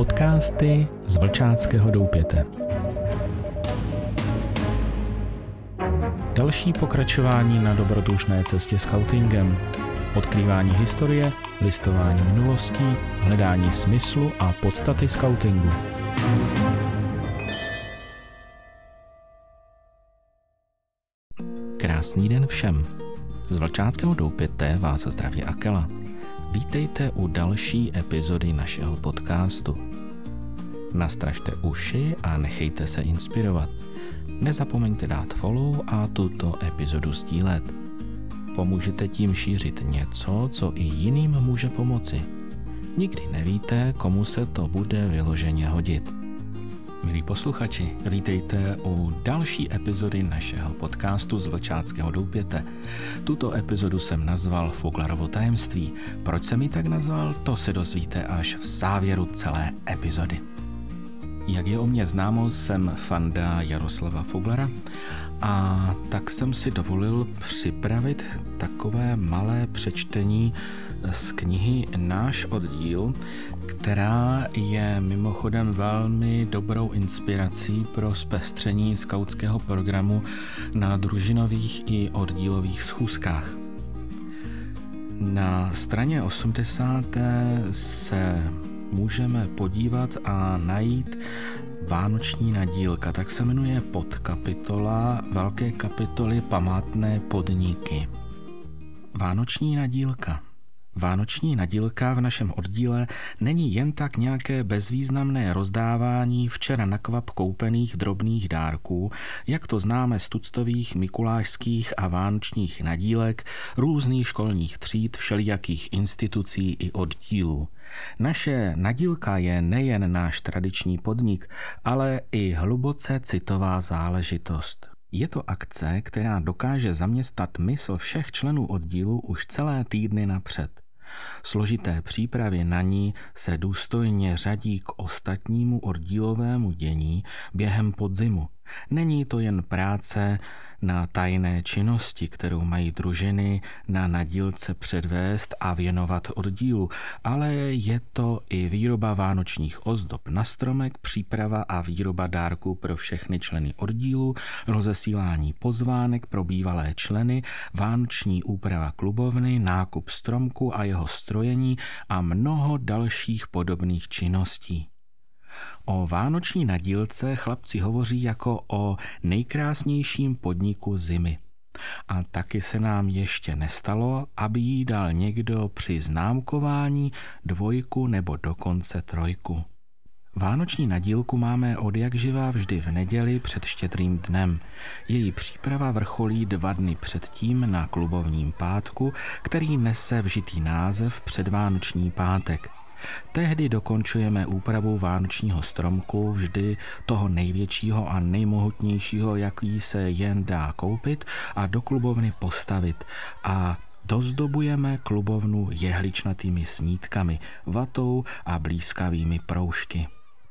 Podcasty z Vlčáckého doupěte. Další pokračování na dobrodružné cestě skautingem. Odkrývání historie, listování minulostí, hledání smyslu a podstaty skautingu. Krásný den všem. Z Vlčáckého doupěte vás zdraví Akela. Vítejte u další epizody našeho podcastu. Nastražte uši a nechejte se inspirovat. Nezapomeňte dát follow a tuto epizodu sdílet. Pomůžete tím šířit něco, co i jiným může pomoci. Nikdy nevíte, komu se to bude vyloženě hodit. Milí posluchači, vítejte u další epizody našeho podcastu z Vlčáckého doupěte. Tuto epizodu jsem nazval Foglarovo tajemství. Proč jsem ji tak nazval, to se dozvíte až v závěru celé epizody. Jak je o mě známo, jsem fanda Jaroslava Foglara a tak jsem si dovolil připravit takové malé přečtení z knihy Náš oddíl, která je mimochodem velmi dobrou inspirací pro zpestření skautského programu na družinových i oddílových schůzkách. Na straně 80. se můžeme podívat a najít Vánoční nadílka, tak se jmenuje podkapitola velké kapitoly Památné podniky. Vánoční nadílka. Vánoční nadílka v našem oddíle není jen tak nějaké bezvýznamné rozdávání včera na kvap koupených drobných dárků, jak to známe z tuctových, mikulášských a vánočních nadílek, různých školních tříd, všelijakých institucí i oddílů. Naše nadílka je nejen náš tradiční podnik, ale i hluboce citová záležitost. Je to akce, která dokáže zaměstnat mysl všech členů oddílu už celé týdny napřed. Složité přípravy na ní se důstojně řadí k ostatnímu oddílovému dění během podzimu. Není to jen práce na tajné činnosti, kterou mají družiny na nadílce předvést a věnovat oddílu, ale je to i výroba vánočních ozdob na stromek, příprava a výroba dárků pro všechny členy oddílu, rozesílání pozvánek pro bývalé členy, vánoční úprava klubovny, nákup stromku a jeho strojení a mnoho dalších podobných činností. O vánoční nadílce chlapci hovoří jako o nejkrásnějším podniku zimy. A taky se nám ještě nestalo, aby jí dal někdo při známkování 2 nebo dokonce 3. Vánoční nadílku máme odjakživa vždy v neděli před Štědrým dnem. Její příprava vrcholí 2 dny předtím na klubovním pátku, který nese vžitý název Předvánoční pátek. Tehdy dokončujeme úpravu vánočního stromku, vždy toho největšího a nejmohutnějšího, jaký se jen dá koupit a do klubovny postavit, a dozdobujeme klubovnu jehličnatými snídkami, vatou a blýskavými proužky.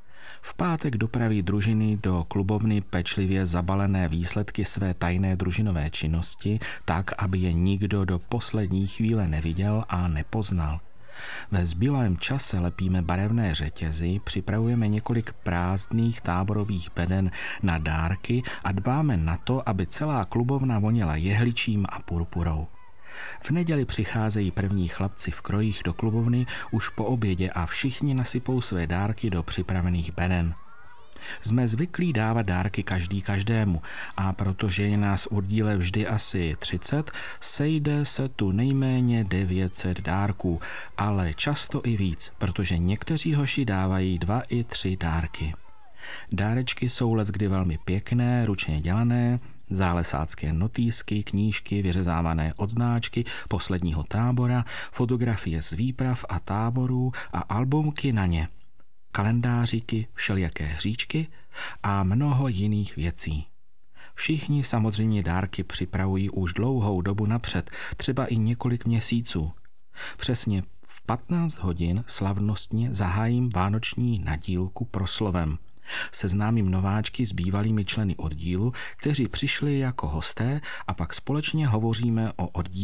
V pátek dopraví družiny do klubovny pečlivě zabalené výsledky své tajné družinové činnosti, tak, aby je nikdo do poslední chvíle neviděl a nepoznal. Ve zbylém čase lepíme barevné řetězy, připravujeme několik prázdných táborových beden na dárky a dbáme na to, aby celá klubovna voněla jehličím a purpurou. V neděli přicházejí první chlapci v krojích do klubovny už po obědě a všichni nasypou své dárky do připravených beden. Jsme zvyklí dávat dárky každý každému a protože je nás v oddíle vždy asi 30, sejde se tu nejméně 900 dárků, ale často i víc, protože někteří hoši dávají 2 i 3 dárky. Dárečky jsou leckdy velmi pěkné, ručně dělané, zálesácké notýsky, knížky, vyřezávané odznáčky posledního tábora, fotografie z výprav a táborů a albumky na ně, kalendáříky, všelijaké hříčky a mnoho jiných věcí. Všichni samozřejmě dárky připravují už dlouhou dobu napřed, třeba i několik měsíců. Přesně v 15 hodin slavnostně zahájím vánoční nadílku proslovem. Seznámím nováčky s bývalými členy oddílu, kteří přišli jako hosté, a pak společně hovoříme o oddíle,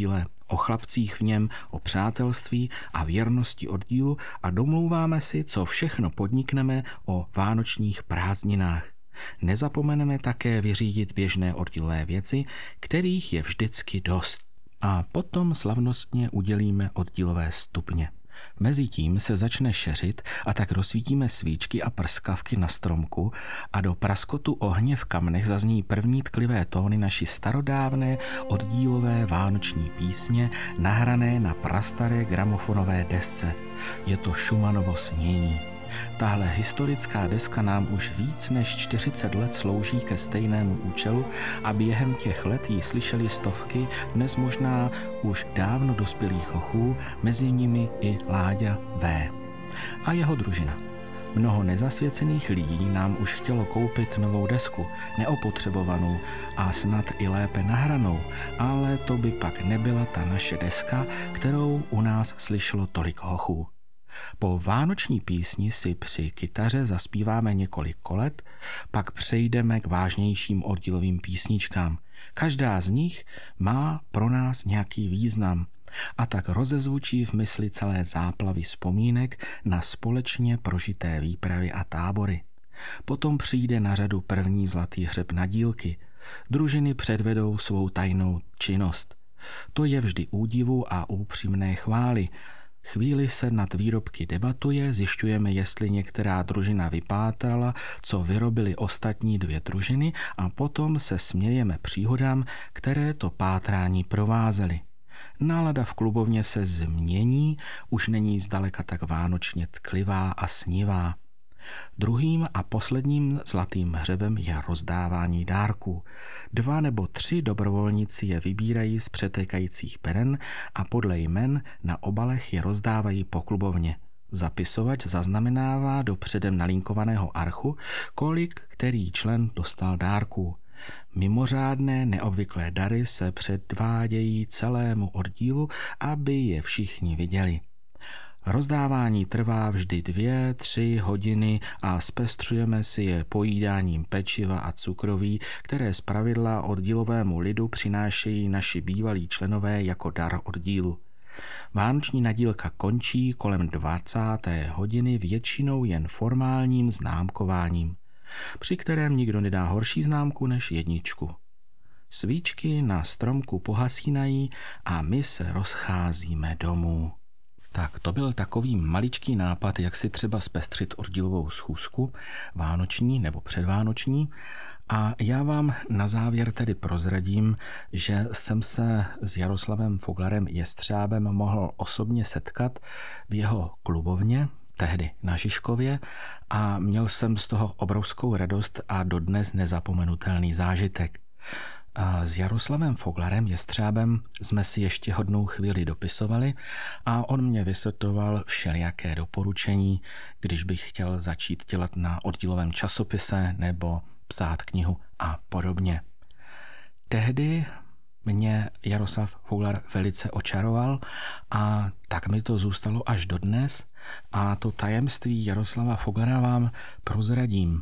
o chlapcích v něm, o přátelství a věrnosti oddílu a domlouváme si, co všechno podnikneme o vánočních prázdninách. Nezapomeneme také vyřídit běžné oddílové věci, kterých je vždycky dost. A potom slavnostně udělíme oddílové stupně. Mezitím se začne šeřit a tak rozsvítíme svíčky a prskavky na stromku a do praskotu ohně v kamnech zazní první tklivé tóny naší starodávné oddílové vánoční písně nahrané na prastaré gramofonové desce. Je to Schumanovo Snění. Tahle historická deska nám už víc než 40 let slouží ke stejnému účelu a během těch let ji slyšeli stovky, dnes možná už dávno dospělých chochů, mezi nimi i Láďa V. a jeho družina. Mnoho nezasvěcených lidí nám už chtělo koupit novou desku, neopotřebovanou a snad i lépe nahranou, ale to by pak nebyla ta naše deska, kterou u nás slyšelo tolik hochů. Po vánoční písni si při kytaře zaspíváme několik kolet, pak přejdeme k vážnějším oddílovým písničkám. Každá z nich má pro nás nějaký význam a tak rozezvučí v mysli celé záplavy vzpomínek na společně prožité výpravy a tábory. Potom přijde na řadu první zlatý hřeb na dílky. Družiny předvedou svou tajnou činnost. To je vždy údivu a upřímné chvály. Chvíli se nad výrobky debatuje, zjišťujeme, jestli některá družina vypátrala, co vyrobily ostatní dvě družiny a potom se smějeme příhodám, které to pátrání provázely. Nálada v klubovně se změní, už není zdaleka tak vánočně tklivá a snivá. Druhým a posledním zlatým hřebem je rozdávání dárků. 2 nebo 3 dobrovolníci je vybírají z přetékajících peren a podle jmen na obalech je rozdávají po klubovně. Zapisovač zaznamenává do předem nalinkovaného archu, kolik který člen dostal dárků. Mimořádné neobvyklé dary se předvádějí celému oddílu, aby je všichni viděli. Rozdávání trvá vždy 2-3 hodiny a zpestřujeme si je pojídáním pečiva a cukroví, které zpravidla oddílovému lidu přinášejí naši bývalí členové jako dar oddílu. Vánoční nadílka končí kolem 20. hodiny většinou jen formálním známkováním, při kterém nikdo nedá horší známku než 1. Svíčky na stromku pohasínají a my se rozcházíme domů. Tak to byl takový maličký nápad, jak si třeba zpestřit oddílovou schůzku, vánoční nebo předvánoční. A já vám na závěr tedy prozradím, že jsem se s Jaroslavem Foglarem Jestřábem mohl osobně setkat v jeho klubovně, tehdy na Žižkově, a měl jsem z toho obrovskou radost a dodnes nezapomenutelný zážitek. A s Jaroslavem Foglarem Jestřábem jsme si ještě hodnou chvíli dopisovali a on mě vysvětloval všelijaké doporučení, když bych chtěl začít dělat na oddílovém časopise nebo psát knihu a podobně. Tehdy mě Jaroslav Foglar velice očaroval a tak mi to zůstalo až dodnes a to tajemství Jaroslava Foglara vám prozradím.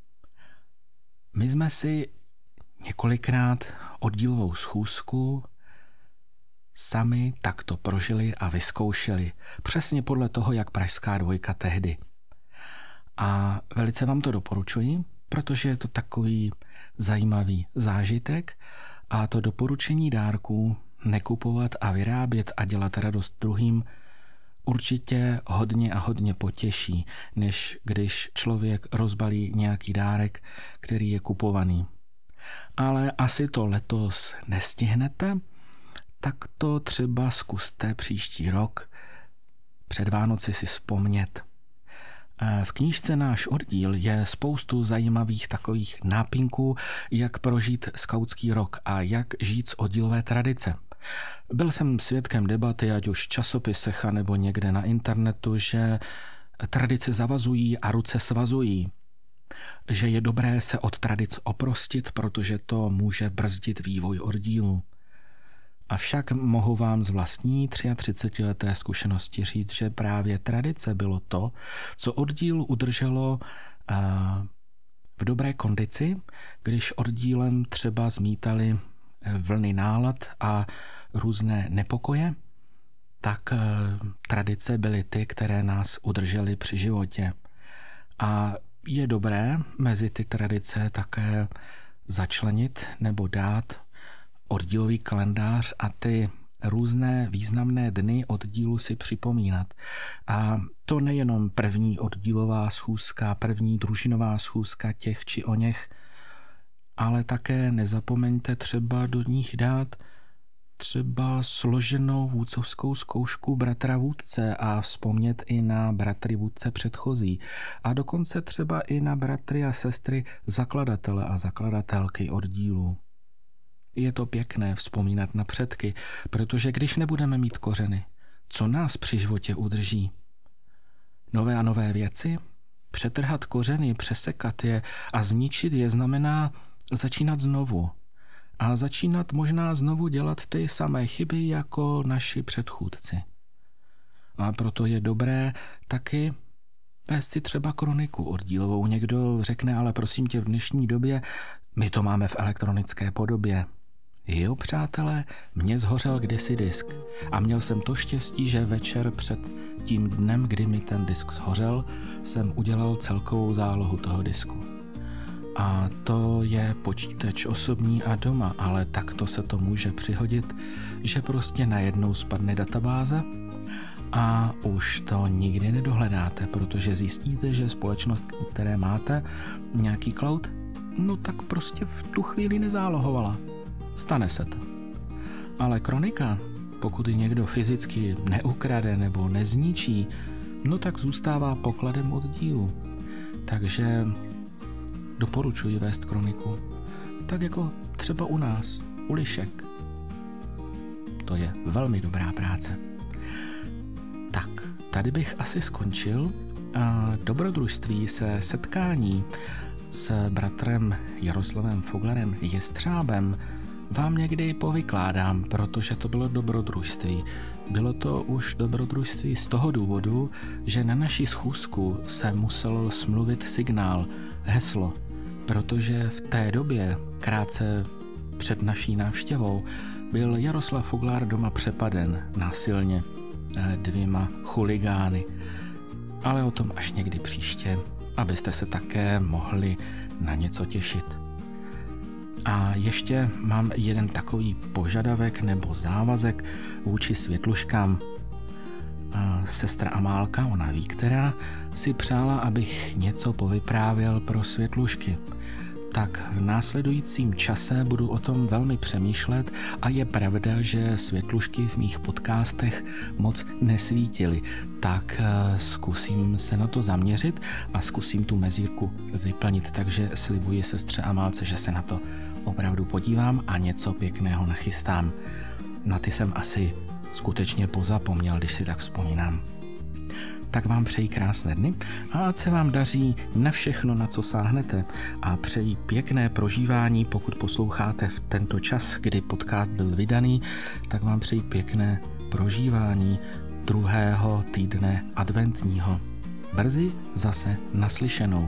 My jsme si několikrát oddílovou schůzku sami takto prožili a vyzkoušeli, přesně podle toho, jak Pražská dvojka tehdy. A velice vám to doporučuji, protože je to takový zajímavý zážitek a to doporučení dárků nekupovat a vyrábět a dělat radost druhým určitě hodně a hodně potěší, než když člověk rozbalí nějaký dárek, který je kupovaný. Ale asi to letos nestihnete, tak to třeba zkuste příští rok před Vánoci si vzpomnět. V knížce Náš oddíl je spoustu zajímavých takových nápinků, jak prožít skautský rok a jak žít z oddílové tradice. Byl jsem svědkem debaty, ať už v časopisech nebo někde na internetu, že tradice zavazují a ruce svazují. Že je dobré se od tradic oprostit, protože to může brzdit vývoj oddílu. Avšak mohu vám z vlastní 33leté zkušenosti říct, že právě tradice bylo to, co oddíl udrželo v dobré kondici, když oddílem třeba zmítali vlny nálad a různé nepokoje, tak tradice byly ty, které nás udržely při životě. A je dobré mezi ty tradice také začlenit nebo dát oddílový kalendář a ty různé významné dny oddílu si připomínat. A to nejenom první oddílová schůzka, první družinová schůzka těch či oněch, ale také nezapomeňte třeba do nich dát třeba složenou vůdcovskou zkoušku bratra vůdce a vzpomnět i na bratry vůdce předchozí. A dokonce třeba i na bratry a sestry zakladatele a zakladatelky oddílu. Je to pěkné vzpomínat na předky, protože když nebudeme mít kořeny, co nás při životě udrží? Nové a nové věci? Přetrhat kořeny, přesekat je a zničit je znamená začínat znovu. A začínat možná znovu dělat ty samé chyby jako naši předchůdci. A proto je dobré taky vést si třeba kroniku oddílovou. Někdo řekne, ale prosím tě, v dnešní době my to máme v elektronické podobě. Jo, přátelé, mně zhořel kdysi disk a měl jsem to štěstí, že večer před tím dnem, kdy mi ten disk zhořel, jsem udělal celkovou zálohu toho disku. A to je počítač osobní a doma, ale takto se to může přihodit, že prostě najednou spadne databáze a už to nikdy nedohledáte, protože zjistíte, že společnost, které máte, nějaký cloud, no tak prostě v tu chvíli nezálohovala. Stane se to. Ale kronika, pokud ji někdo fyzicky neukrade nebo nezničí, no tak zůstává pokladem oddílu. Takže doporučuji vést kroniku. Tak jako třeba u nás, u Lišek. To je velmi dobrá práce. Tak, tady bych asi skončil. Dobrodružství se setkání s bratrem Jaroslavem Foglarem Jestřábem vám někdy povykládám, protože to bylo dobrodružství. Bylo to už dobrodružství z toho důvodu, že na naši schůzku se musel smluvit signál, heslo, protože v té době, krátce před naší návštěvou, byl Jaroslav Foglar doma přepaden násilně 2 chuligány. Ale o tom až někdy příště, abyste se také mohli na něco těšit. A ještě mám jeden takový požadavek nebo závazek vůči světluškám. Sestra Amálka, ona ví, která, si přála, abych něco povyprávěl pro světlušky. Tak v následujícím čase budu o tom velmi přemýšlet a je pravda, že světlušky v mých podcastech moc nesvítily. Tak zkusím se na to zaměřit a zkusím tu mezírku vyplnit, takže slibuji sestře Amálce, že se na to opravdu podívám a něco pěkného nachystám. Na ty jsem asi skutečně pozapomněl, když si tak vzpomínám. Tak vám přeji krásné dny a ať se vám daří na všechno, na co sáhnete, a přeji pěkné prožívání, pokud posloucháte v tento čas, kdy podcast byl vydaný, tak vám přeji pěkné prožívání 2. týdne adventního. Brzy zase naslyšenou.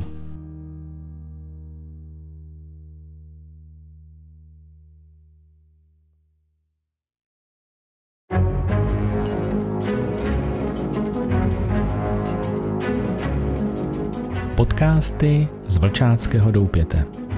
Podcasty z Vlčáckého doupěte.